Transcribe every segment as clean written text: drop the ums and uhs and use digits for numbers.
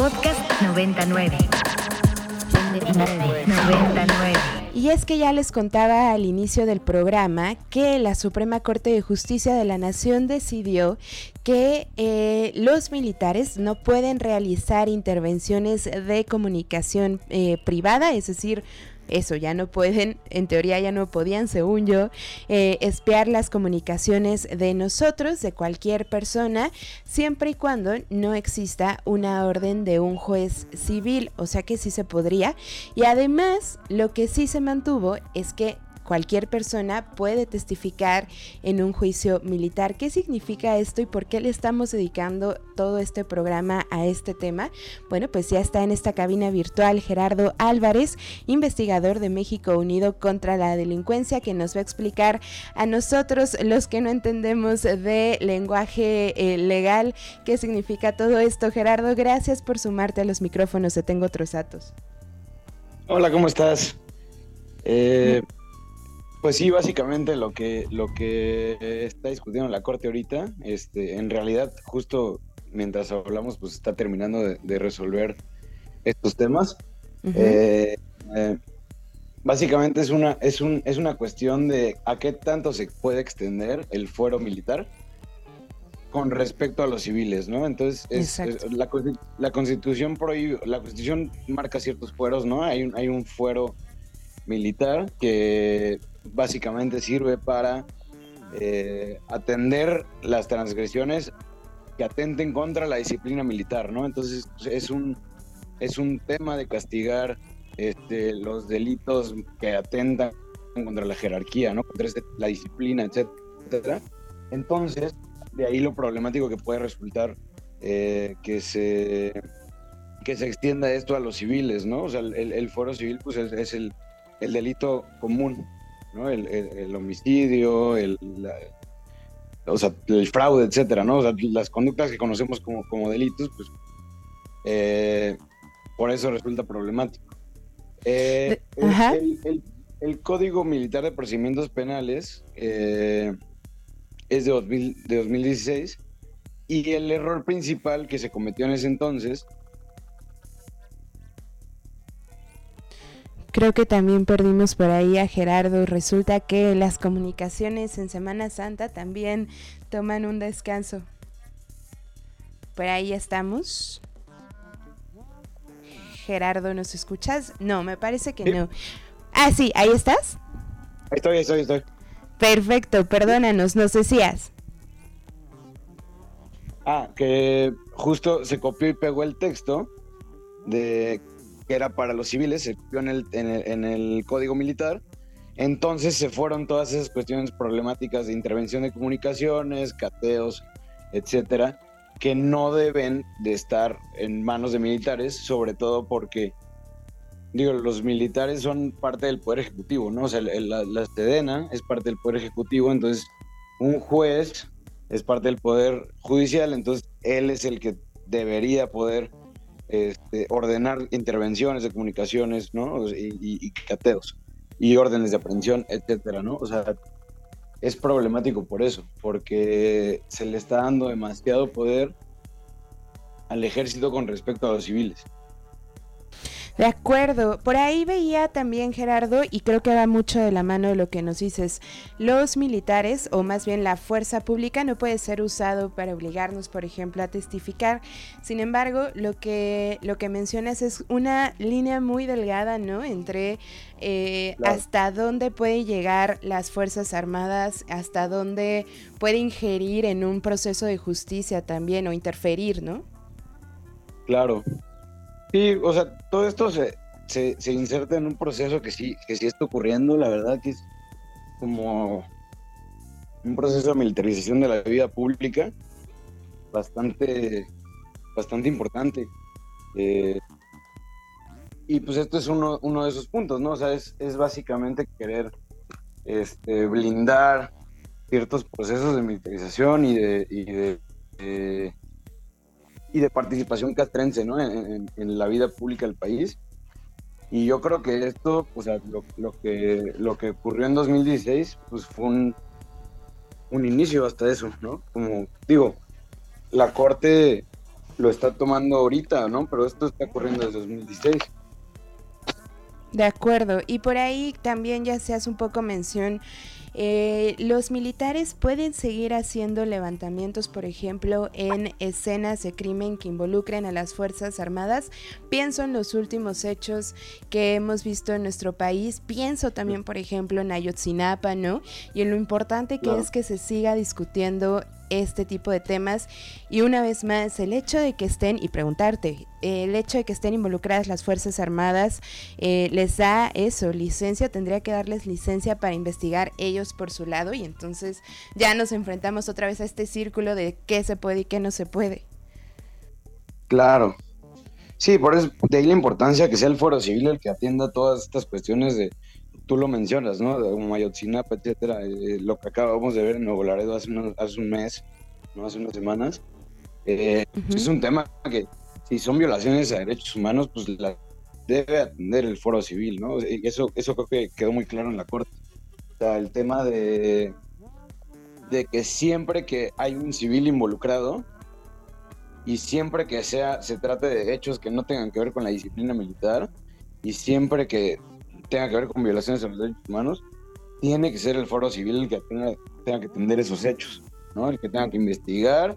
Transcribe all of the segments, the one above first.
Podcast 99. 99. Y es que ya les contaba al inicio del programa que la Suprema Corte de Justicia de la Nación decidió que los militares no pueden realizar intervenciones de comunicación privada, es decir, eso, ya no pueden, en teoría ya no podían, según yo, espiar las comunicaciones de nosotros, de cualquier persona, siempre y cuando no exista una orden de un juez civil, o sea que sí se podría. Y además, lo que sí se mantuvo es que cualquier persona puede testificar en un juicio militar. ¿Qué significa esto y por qué le estamos dedicando todo este programa a este tema? Bueno, pues ya está en esta cabina virtual Gerardo Álvarez, investigador de México Unido contra la Delincuencia, que nos va a explicar a nosotros, los que no entendemos de lenguaje legal, qué significa todo esto. Gerardo, gracias por sumarte a los micrófonos de Tengo Otros Datos. Hola, ¿cómo estás? Pues sí, básicamente lo que está discutiendo la Corte ahorita, en realidad, justo mientras hablamos, pues está terminando de resolver estos temas. Uh-huh. Básicamente es una cuestión de a qué tanto se puede extender el fuero militar con respecto a los civiles, ¿no? Entonces, la Constitución prohíbe, la Constitución marca ciertos fueros, ¿no? Hay un fuero militar que básicamente sirve para atender las transgresiones que atenten contra la disciplina militar, ¿no? Entonces es un tema de castigar los delitos que atentan contra la jerarquía, ¿no? Contra la disciplina, etcétera. Entonces, de ahí lo problemático que puede resultar que se extienda esto a los civiles, ¿no? O sea, el fuero civil pues es el delito común, ¿no? El homicidio, el fraude, etcétera, ¿no? O sea, las conductas que conocemos como delitos, pues por eso resulta problemático. El Código Militar de Procedimientos Penales es de 2016 y el error principal que se cometió en ese entonces. Creo que también perdimos por ahí a Gerardo. Resulta que las comunicaciones en Semana Santa también toman un descanso. Por ahí estamos. Gerardo, ¿nos escuchas? No, me parece que no. Ah, sí, ¿ahí estás? Estoy. Perfecto, perdónanos, nos decías. Que justo se copió y pegó el texto que era para los civiles, se copió en el Código Militar. Entonces se fueron todas esas cuestiones problemáticas de intervención de comunicaciones, cateos, etcétera, que no deben de estar en manos de militares, sobre todo porque, los militares son parte del Poder Ejecutivo, ¿no? O sea, la Sedena es parte del Poder Ejecutivo, entonces un juez es parte del Poder Judicial, entonces él es el que debería poder ordenar intervenciones de comunicaciones, ¿no? Y cateos, y órdenes de aprehensión, etcétera, ¿no? O sea, es problemático por eso, porque se le está dando demasiado poder al ejército con respecto a los civiles. De acuerdo, por ahí veía también, Gerardo, y creo que va mucho de la mano de lo que nos dices, los militares, o más bien la fuerza pública, no puede ser usado para obligarnos, por ejemplo, a testificar. Sin embargo, lo que mencionas es una línea muy delgada, ¿no? Entre claro, hasta dónde puede llegar las Fuerzas Armadas, hasta dónde puede ingerir en un proceso de justicia también, o interferir, ¿no? Claro. Sí, o sea, todo esto se inserta en un proceso que sí está ocurriendo, la verdad que es como un proceso de militarización de la vida pública bastante importante. Y pues esto es uno de esos puntos, ¿no? O sea, es básicamente querer blindar ciertos procesos de militarización y de participación castrense, ¿no? En la vida pública del país. Y yo creo que esto, o sea, lo que ocurrió en 2016, pues fue un inicio hasta eso, ¿no? Como digo, la Corte lo está tomando ahorita, ¿no? Pero esto está ocurriendo desde 2016. De acuerdo, y por ahí también ya se hace un poco mención, los militares pueden seguir haciendo levantamientos, por ejemplo, en escenas de crimen que involucren a las Fuerzas Armadas. Pienso en los últimos hechos que hemos visto en nuestro país, pienso también, por ejemplo, en Ayotzinapa, ¿no? Y en lo importante que es que se siga discutiendo este tipo de temas, y una vez más el hecho de que estén, y preguntarte, el hecho de que estén involucradas las Fuerzas Armadas, les da eso, licencia, tendría que darles licencia para investigar ellos por su lado, y entonces ya nos enfrentamos otra vez a este círculo de qué se puede y qué no se puede. Claro. Sí, por eso de ahí la importancia que sea el Foro Civil el que atienda todas estas cuestiones de, tú lo mencionas, ¿no? De Ayotzinapa, etcétera, lo que acabamos de ver en Nuevo Laredo hace un mes, ¿no? Hace unas semanas. Es un tema que, si son violaciones a derechos humanos, pues la debe atender el Foro Civil, ¿no? Y eso creo que quedó muy claro en la Corte. O sea, el tema de que siempre que hay un civil involucrado y siempre que se trate de hechos que no tengan que ver con la disciplina militar y siempre que tenga que ver con violaciones a los derechos humanos, tiene que ser el Foro Civil el que tenga que atender esos hechos, ¿no? El que tenga que investigar,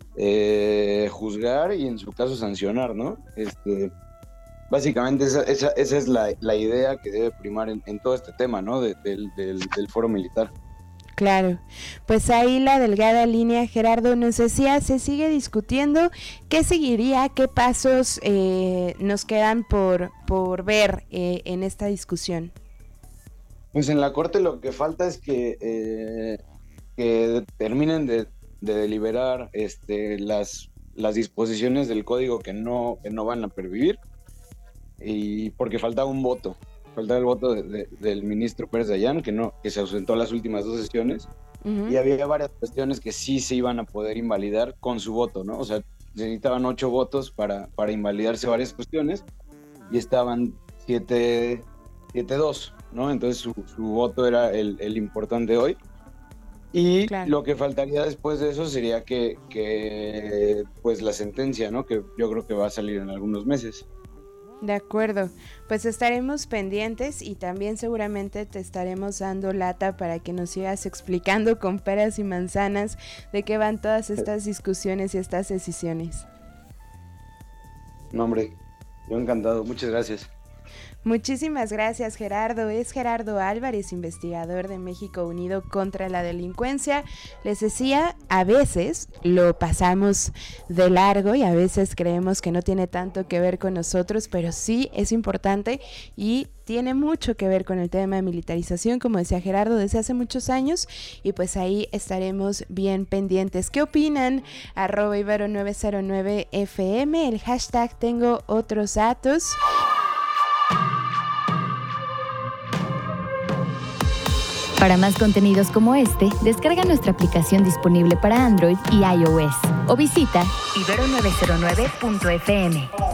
juzgar y en su caso sancionar, ¿no? Básicamente esa es la idea que debe primar en todo este tema, ¿no? Del Foro Militar. Claro, pues ahí la delgada línea, Gerardo, nos decía, se sigue discutiendo, ¿qué seguiría? ¿Qué pasos nos quedan por ver en esta discusión? Pues en la Corte lo que falta es que terminen de deliberar las disposiciones del código que no van a pervivir, y porque faltaba un voto. Faltaba el voto del ministro Pérez Dayán, que se ausentó las últimas 2 sesiones, y había varias cuestiones que sí se iban a poder invalidar con su voto, ¿no? O sea, necesitaban 8 votos para invalidarse varias cuestiones, y estaban 7-2, ¿no? Entonces su voto era el importante hoy. Y claro, lo que faltaría después de eso sería que pues la sentencia, ¿no? Que yo creo que va a salir en algunos meses. De acuerdo, pues estaremos pendientes y también seguramente te estaremos dando lata para que nos sigas explicando con peras y manzanas de qué van todas estas discusiones y estas decisiones. No, hombre, yo encantado, muchas gracias. Muchísimas gracias, Gerardo. Es Gerardo Álvarez, investigador de México Unido contra la Delincuencia. Les decía, a veces lo pasamos de largo y a veces creemos que no tiene tanto que ver con nosotros, pero sí es importante y tiene mucho que ver con el tema de militarización, como decía Gerardo, desde hace muchos años, y pues ahí estaremos bien pendientes. ¿Qué opinan? @ibero909fm, el hashtag tengo otros datos. Para más contenidos como este, descarga nuestra aplicación disponible para Android y iOS o visita ibero909.fm.